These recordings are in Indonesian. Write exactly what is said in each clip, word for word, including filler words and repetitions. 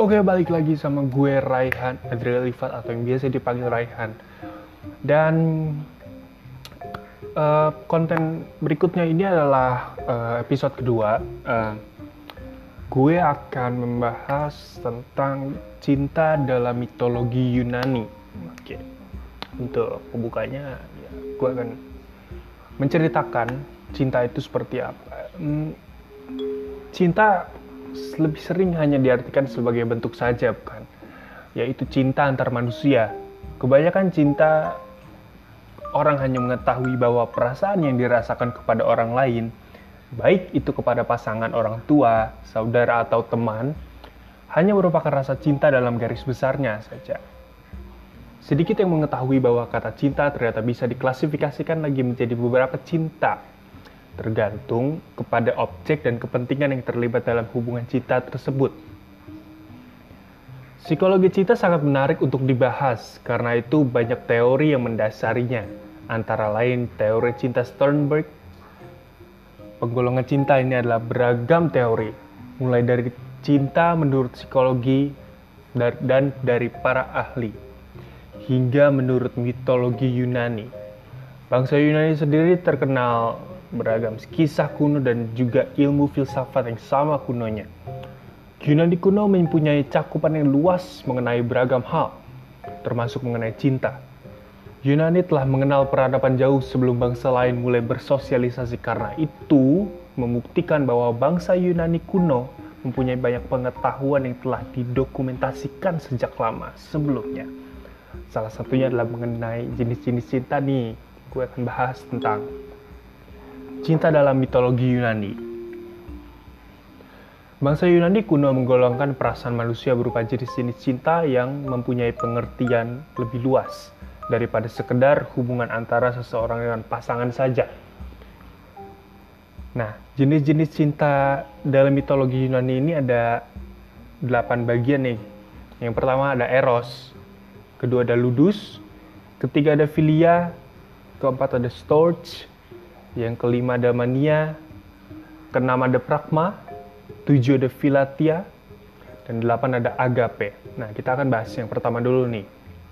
Oke, balik lagi sama gue Raihan Adriel Rifat atau yang biasa dipanggil Raihan. Dan uh, konten berikutnya ini adalah uh, episode kedua. Uh, gue akan membahas tentang cinta dalam mitologi Yunani. Oke, untuk pembukanya, ya, gue akan menceritakan cinta itu seperti apa. Hmm, cinta lebih sering hanya diartikan sebagai bentuk saja, bukan? Yaitu cinta antar manusia. Kebanyakan cinta orang hanya mengetahui bahwa perasaan yang dirasakan kepada orang lain, baik itu kepada pasangan, orang tua, saudara, atau teman, hanya merupakan rasa cinta dalam garis besarnya saja. Sedikit yang mengetahui bahwa kata cinta ternyata bisa diklasifikasikan lagi menjadi beberapa cinta, tergantung kepada objek dan kepentingan yang terlibat dalam hubungan cinta tersebut. Psikologi cinta sangat menarik untuk dibahas, karena itu banyak teori yang mendasarinya. Antara lain teori cinta Sternberg. Penggolongan cinta ini adalah beragam teori, mulai dari cinta menurut psikologi dan dari para ahli, hingga menurut mitologi Yunani. Bangsa Yunani sendiri terkenal beragam kisah kuno dan juga ilmu filsafat yang sama kunonya. Yunani kuno mempunyai cakupan yang luas mengenai beragam hal, termasuk mengenai cinta. Yunani telah mengenal peradaban jauh sebelum bangsa lain mulai bersosialisasi, karena itu membuktikan bahwa bangsa Yunani kuno mempunyai banyak pengetahuan yang telah didokumentasikan sejak lama sebelumnya. Salah satunya adalah mengenai jenis-jenis cinta nih. Gue akan bahas tentang cinta dalam mitologi Yunani. Bangsa Yunani kuno menggolongkan perasaan manusia berupa jenis-jenis cinta yang mempunyai pengertian lebih luas daripada sekedar hubungan antara seseorang dengan pasangan saja. Nah, jenis-jenis cinta dalam mitologi Yunani ini ada delapan bagian nih. Yang pertama ada Eros, kedua ada Ludus, ketiga ada Philia, keempat ada Storge, yang kelima ada Mania, keenam ada Pragma, tujuh ada Philatia, dan delapan ada Agape. Nah, kita akan bahas yang pertama dulu nih.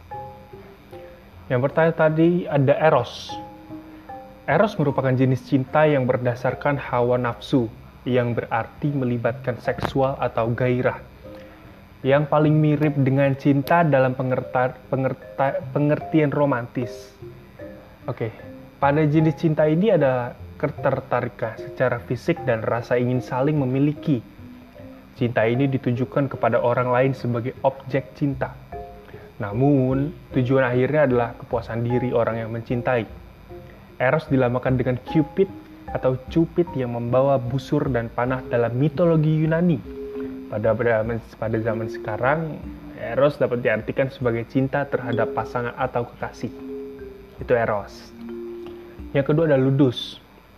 Yang pertama tadi ada Eros. Eros merupakan jenis cinta yang berdasarkan hawa nafsu, yang berarti melibatkan seksual atau gairah. Yang paling mirip dengan cinta dalam pengerta, pengerta, pengertian romantis. Oke. Pada jenis cinta ini ada ketertarikan secara fisik dan rasa ingin saling memiliki. Cinta ini ditujukan kepada orang lain sebagai objek cinta. Namun, tujuan akhirnya adalah kepuasan diri orang yang mencintai. Eros dilamakan dengan Cupid atau Cupid yang membawa busur dan panah dalam mitologi Yunani. Pada, pada, pada zaman sekarang, Eros dapat diartikan sebagai cinta terhadap pasangan atau kekasih. Itu Eros. Yang kedua ada Ludus.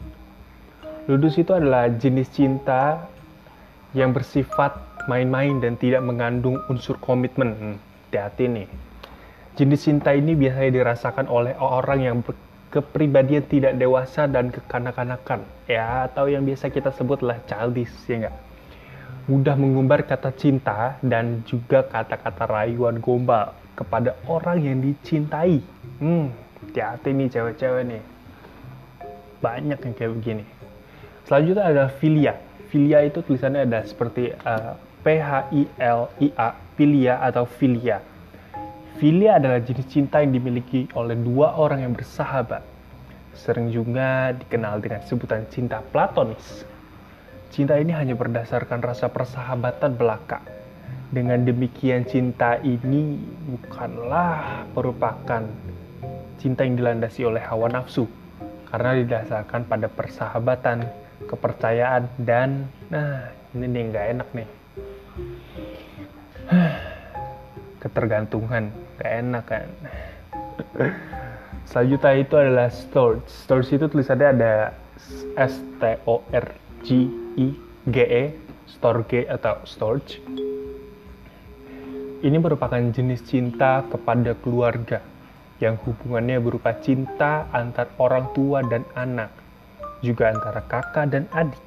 Ludus itu adalah jenis cinta yang bersifat main-main dan tidak mengandung unsur komitmen. Hmm, hati-hati nih. Jenis cinta ini biasanya dirasakan oleh orang yang berkepribadian tidak dewasa dan kekanak-kanakan. Ya, atau yang biasa kita sebutlah childish, ya enggak? Mudah mengumbar kata cinta dan juga kata-kata rayuan gombal kepada orang yang dicintai. Hmm, hati-hati nih cewek-cewek nih. Banyak yang kayak begini. Selanjutnya ada Philia. Philia itu tulisannya ada seperti uh, P H I L I A, Philia atau Philia. Philia adalah jenis cinta yang dimiliki oleh dua orang yang bersahabat. Sering juga dikenal dengan sebutan cinta platonis. Cinta ini hanya berdasarkan rasa persahabatan belaka. Dengan demikian cinta ini bukanlah merupakan cinta yang dilandasi oleh hawa nafsu, karena didasarkan pada persahabatan, kepercayaan, dan nah ini nih nggak enak nih, ketergantungan, nggak enak kan. Selanjutnya itu adalah Storge. Storge itu tulisannya ada S T O R G I G E, Storge atau Storge. Ini merupakan jenis cinta kepada keluarga, yang hubungannya berupa cinta antar orang tua dan anak, juga antara kakak dan adik,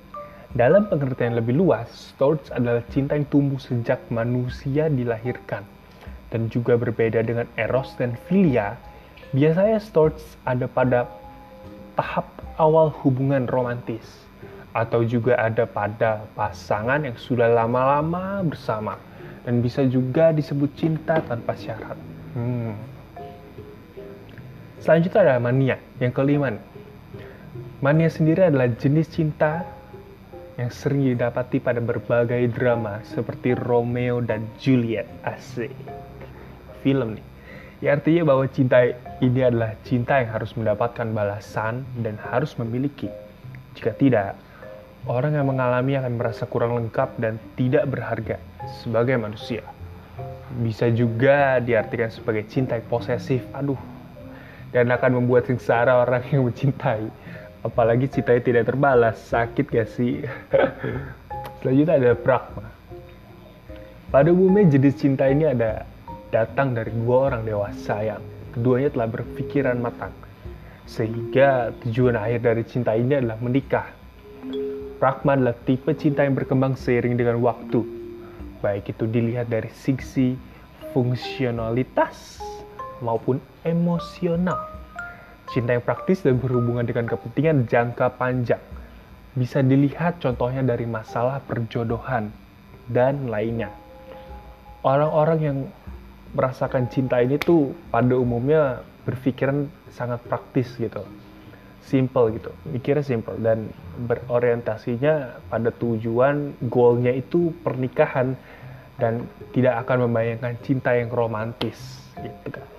Dalam pengertian lebih luas, storge adalah cinta yang tumbuh sejak manusia dilahirkan. Dan juga berbeda dengan eros dan philia, biasanya storge ada pada tahap awal hubungan romantis. Atau juga ada pada pasangan yang sudah lama-lama bersama. Dan bisa juga disebut cinta tanpa syarat. Hmm. Selanjutnya ada mania, yang kelima nih. Mania sendiri adalah jenis cinta yang sering didapati pada berbagai drama seperti Romeo dan Juliet. Asik. Film nih. Ya, artinya bahwa cinta ini adalah cinta yang harus mendapatkan balasan dan harus memiliki. Jika tidak, orang yang mengalami akan merasa kurang lengkap dan tidak berharga sebagai manusia. Bisa juga diartikan sebagai cinta yang posesif. Aduh. Dan akan membuat sengsara orang yang mencintai. Apalagi cintanya tidak terbalas, sakit gak sih? Selanjutnya ada pragma. Pada umumnya jenis cinta ini ada datang dari dua orang dewasa yang keduanya telah berpikiran matang. Sehingga tujuan akhir dari cinta ini adalah menikah. Pragma adalah tipe cinta yang berkembang seiring dengan waktu. Baik itu dilihat dari sisi fungsionalitas maupun emosional. Cinta yang praktis dan berhubungan dengan kepentingan jangka panjang. Bisa dilihat contohnya dari masalah perjodohan dan lainnya. Orang-orang yang merasakan cinta ini tuh pada umumnya berpikiran sangat praktis gitu. Simple gitu, mikirnya simple dan berorientasinya pada tujuan, goalnya itu pernikahan dan tidak akan membayangkan cinta yang romantis gitu guys.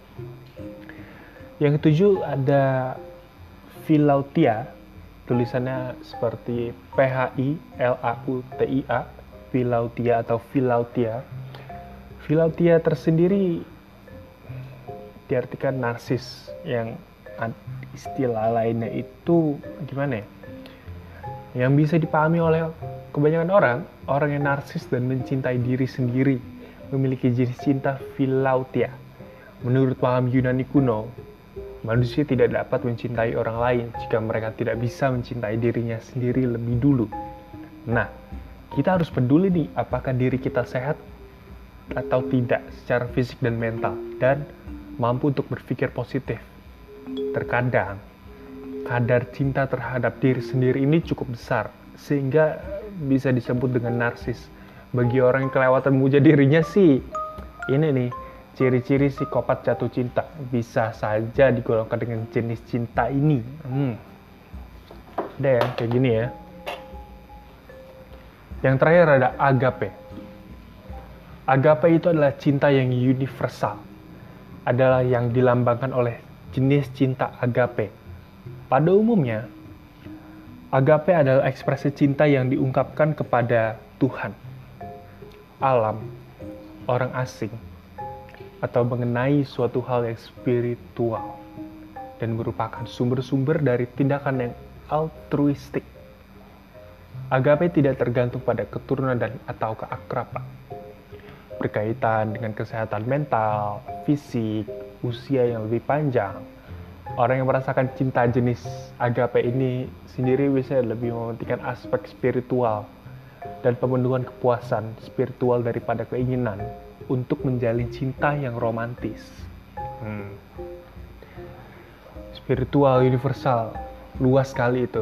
Yang ketujuh ada philautia, tulisannya seperti P H I L A U T I A, philautia atau philautia. Philautia tersendiri diartikan narsis, yang istilah lainnya itu gimana ya? Yang bisa dipahami oleh kebanyakan orang, orang yang narsis dan mencintai diri sendiri memiliki jenis cinta philautia. Menurut paham Yunani kuno, manusia tidak dapat mencintai orang lain jika mereka tidak bisa mencintai dirinya sendiri lebih dulu. Nah, kita harus peduli nih apakah diri kita sehat atau tidak secara fisik dan mental dan mampu untuk berpikir positif. Terkadang, kadar cinta terhadap diri sendiri ini cukup besar sehingga bisa disebut dengan narsis. Bagi orang yang kelewatan memuja dirinya sih, ini nih, ciri-ciri psikopat jatuh cinta bisa saja digolongkan dengan jenis cinta ini. Hmm. Ada ya, kayak gini ya. Yang terakhir ada agape. Agape itu adalah cinta yang universal. Adalah yang dilambangkan oleh jenis cinta agape. Pada umumnya, agape adalah ekspresi cinta yang diungkapkan kepada Tuhan, alam, orang asing, atau mengenai suatu hal yang spiritual dan merupakan sumber-sumber dari tindakan yang altruistik. Agape tidak tergantung pada keturunan dan atau keakraban. Berkaitan dengan kesehatan mental, fisik, usia yang lebih panjang. Orang yang merasakan cinta jenis agape ini sendiri bisa lebih mementingkan aspek spiritual dan pemenuhan kepuasan spiritual daripada keinginan untuk menjalin cinta yang romantis. Hmm. Spiritual, universal, luas sekali itu.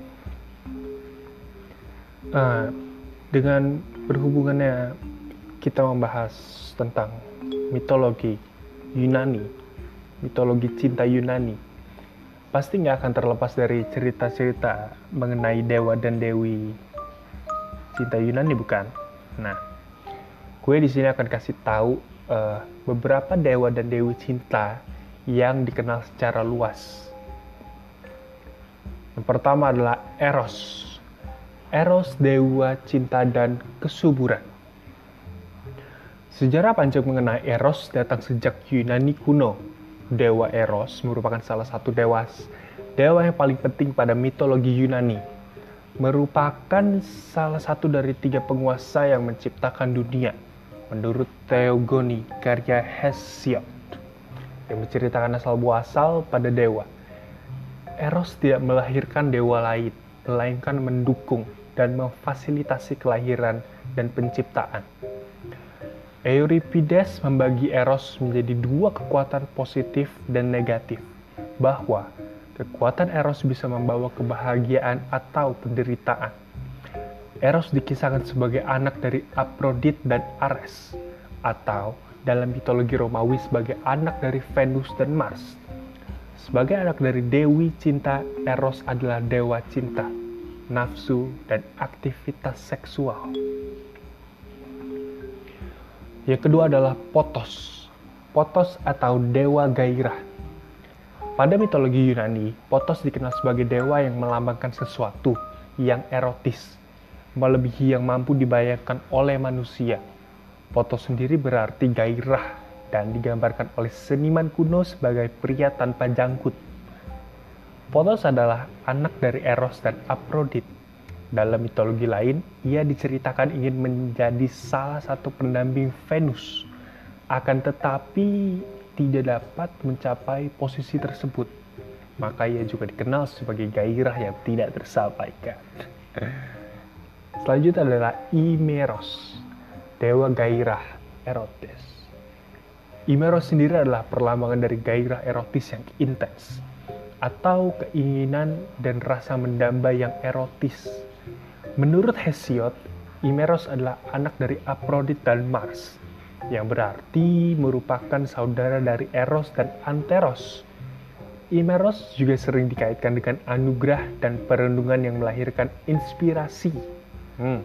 Nah, dengan berhubungannya kita membahas tentang mitologi Yunani, mitologi cinta Yunani, pasti nggak akan terlepas dari cerita-cerita mengenai dewa dan dewi cinta Yunani, bukan? Nah, gue di sini akan kasih tahu uh, beberapa dewa dan dewi cinta yang dikenal secara luas. Yang pertama adalah Eros. Eros, dewa cinta dan kesuburan. Sejarah panjang mengenai Eros datang sejak Yunani kuno. Dewa Eros merupakan salah satu dewa, dewa yang paling penting pada mitologi Yunani. Merupakan salah satu dari tiga penguasa yang menciptakan dunia. Menurut Theogony karya Hesiod yang menceritakan asal muasal pada dewa. Eros tidak melahirkan dewa lain, melainkan mendukung dan memfasilitasi kelahiran dan penciptaan. Euripides membagi eros menjadi dua kekuatan positif dan negatif, bahwa kekuatan eros bisa membawa kebahagiaan atau penderitaan. Eros dikisahkan sebagai anak dari Aphrodite dan Ares, atau dalam mitologi Romawi sebagai anak dari Venus dan Mars. Sebagai anak dari Dewi Cinta, Eros adalah dewa cinta, nafsu, dan aktivitas seksual. Yang kedua adalah Potos. Potos atau dewa gairah. Pada mitologi Yunani, Potos dikenal sebagai dewa yang melambangkan sesuatu yang erotis, melebihi yang mampu dibayangkan oleh manusia. Potos sendiri berarti gairah dan digambarkan oleh seniman kuno sebagai pria tanpa jangkut. Potos adalah anak dari Eros dan Aphrodite. Dalam mitologi lain, ia diceritakan ingin menjadi salah satu pendamping Venus, akan tetapi tidak dapat mencapai posisi tersebut. Maka ia juga dikenal sebagai gairah yang tidak tersampaikan. Selanjutnya adalah Imeros, dewa gairah erotis. Imeros sendiri adalah perlambangan dari gairah erotis yang intens, atau keinginan dan rasa mendamba yang erotis. Menurut Hesiod, Imeros adalah anak dari Aphrodite dan Mars, yang berarti merupakan saudara dari Eros dan Anteros. Imeros juga sering dikaitkan dengan anugerah dan perlindungan yang melahirkan inspirasi. Hmm.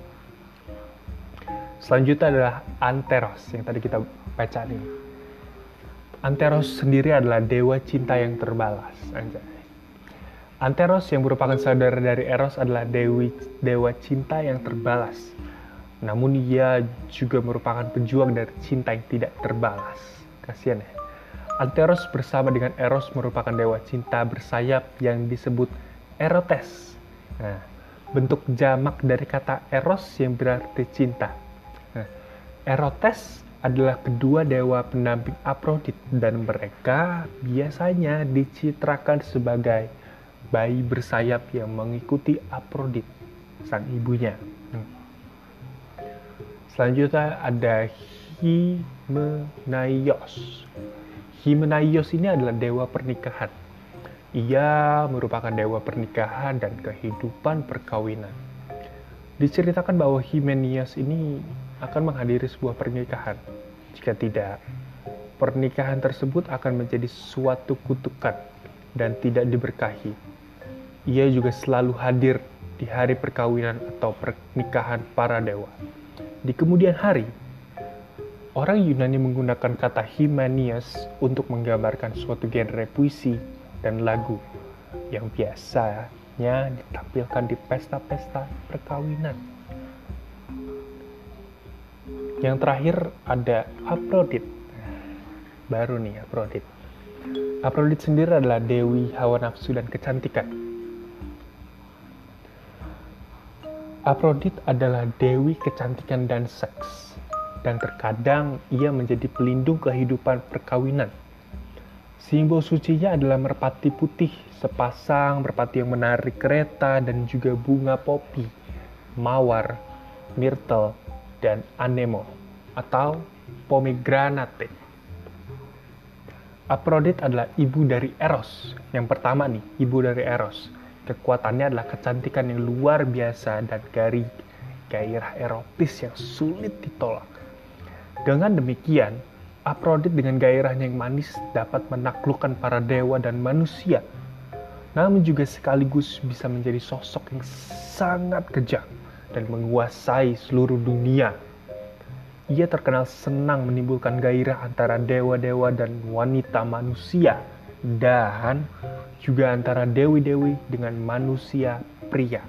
Selanjutnya adalah Anteros yang tadi kita baca nih. Anteros sendiri adalah dewa cinta yang terbalas. Anjay. Anteros yang merupakan saudara dari Eros adalah dewi dewa cinta yang terbalas. Namun ia juga merupakan pejuang dari cinta yang tidak terbalas. Kasian ya. Anteros bersama dengan Eros merupakan dewa cinta bersayap yang disebut Erotes. Nah, bentuk jamak dari kata Eros yang berarti cinta. Nah, Erotes adalah kedua dewa pendamping Aphrodite dan mereka biasanya dicitrakan sebagai bayi bersayap yang mengikuti Aphrodite, sang ibunya. Hmm. Selanjutnya ada Hymenaios. Hymenaios ini adalah dewa pernikahan. Ia merupakan dewa pernikahan dan kehidupan perkawinan. Diceritakan bahwa Hymenaios ini akan menghadiri sebuah pernikahan. Jika tidak, pernikahan tersebut akan menjadi suatu kutukan dan tidak diberkahi. Ia juga selalu hadir di hari perkawinan atau pernikahan para dewa. Di kemudian hari, orang Yunani menggunakan kata Hymenaios untuk menggambarkan suatu genre puisi dan lagu yang biasanya ditampilkan di pesta-pesta perkawinan. Yang terakhir ada Aphrodite. Baru nih Aphrodite. Aphrodite sendiri adalah dewi hawa nafsu dan kecantikan. Aphrodite adalah dewi kecantikan dan seks. Dan terkadang ia menjadi pelindung kehidupan perkawinan. Simbol sucinya adalah merpati putih, sepasang merpati yang menarik kereta dan juga bunga popi, mawar, myrtle, dan anemo atau pomegranate. Aphrodite adalah ibu dari Eros. Yang pertama nih, ibu dari Eros. Kekuatannya adalah kecantikan yang luar biasa dan dari gairah erotis yang sulit ditolak. Dengan demikian, Aphrodite dengan gairahnya yang manis dapat menaklukkan para dewa dan manusia, namun juga sekaligus bisa menjadi sosok yang sangat kejam dan menguasai seluruh dunia. Ia terkenal senang menimbulkan gairah antara dewa-dewa dan wanita manusia, dan juga antara dewi-dewi dengan manusia pria.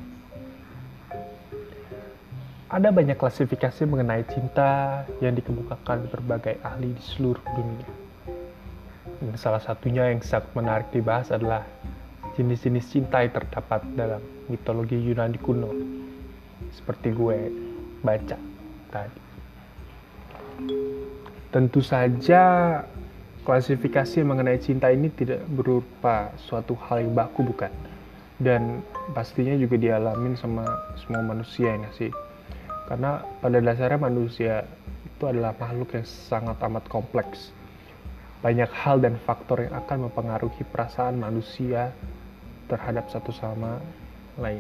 Ada banyak klasifikasi mengenai cinta yang dikemukakan berbagai ahli di seluruh dunia. Dan salah satunya yang sangat menarik dibahas adalah jenis-jenis cinta yang terdapat dalam mitologi Yunani kuno. Seperti gue baca tadi. Tentu saja klasifikasi mengenai cinta ini tidak berupa suatu hal yang baku, bukan. dan pastinya juga dialamin sama semua manusia ya nggak sih? Karena pada dasarnya manusia itu adalah makhluk yang sangat amat kompleks. Banyak hal dan faktor yang akan mempengaruhi perasaan manusia terhadap satu sama lain.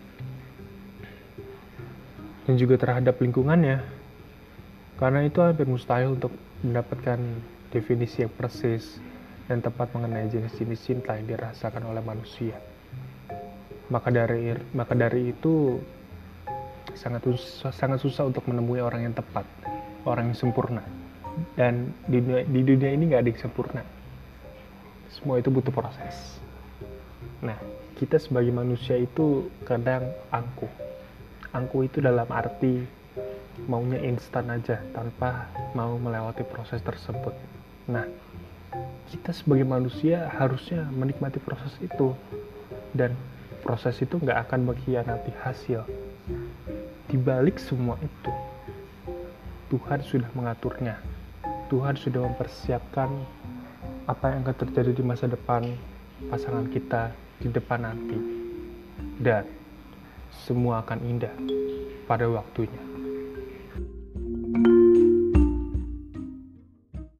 Dan juga terhadap lingkungannya. Karena itu hampir mustahil untuk mendapatkan definisi yang persis dan tepat mengenai jenis-jenis cinta yang dirasakan oleh manusia. Maka dari maka dari itu sangat susah, sangat susah untuk menemui orang yang tepat, orang yang sempurna. Dan di dunia, di dunia ini nggak ada yang sempurna. Semua itu butuh proses. Nah, kita sebagai manusia itu kadang angkuh. Angkuh itu dalam arti maunya instan aja tanpa mau melewati proses tersebut. Nah, kita sebagai manusia harusnya menikmati proses itu, dan proses itu nggak akan mengkhianati hasil. Di balik semua itu, Tuhan sudah mengaturnya. Tuhan sudah mempersiapkan apa yang akan terjadi di masa depan pasangan kita di depan nanti. Dan semua akan indah pada waktunya.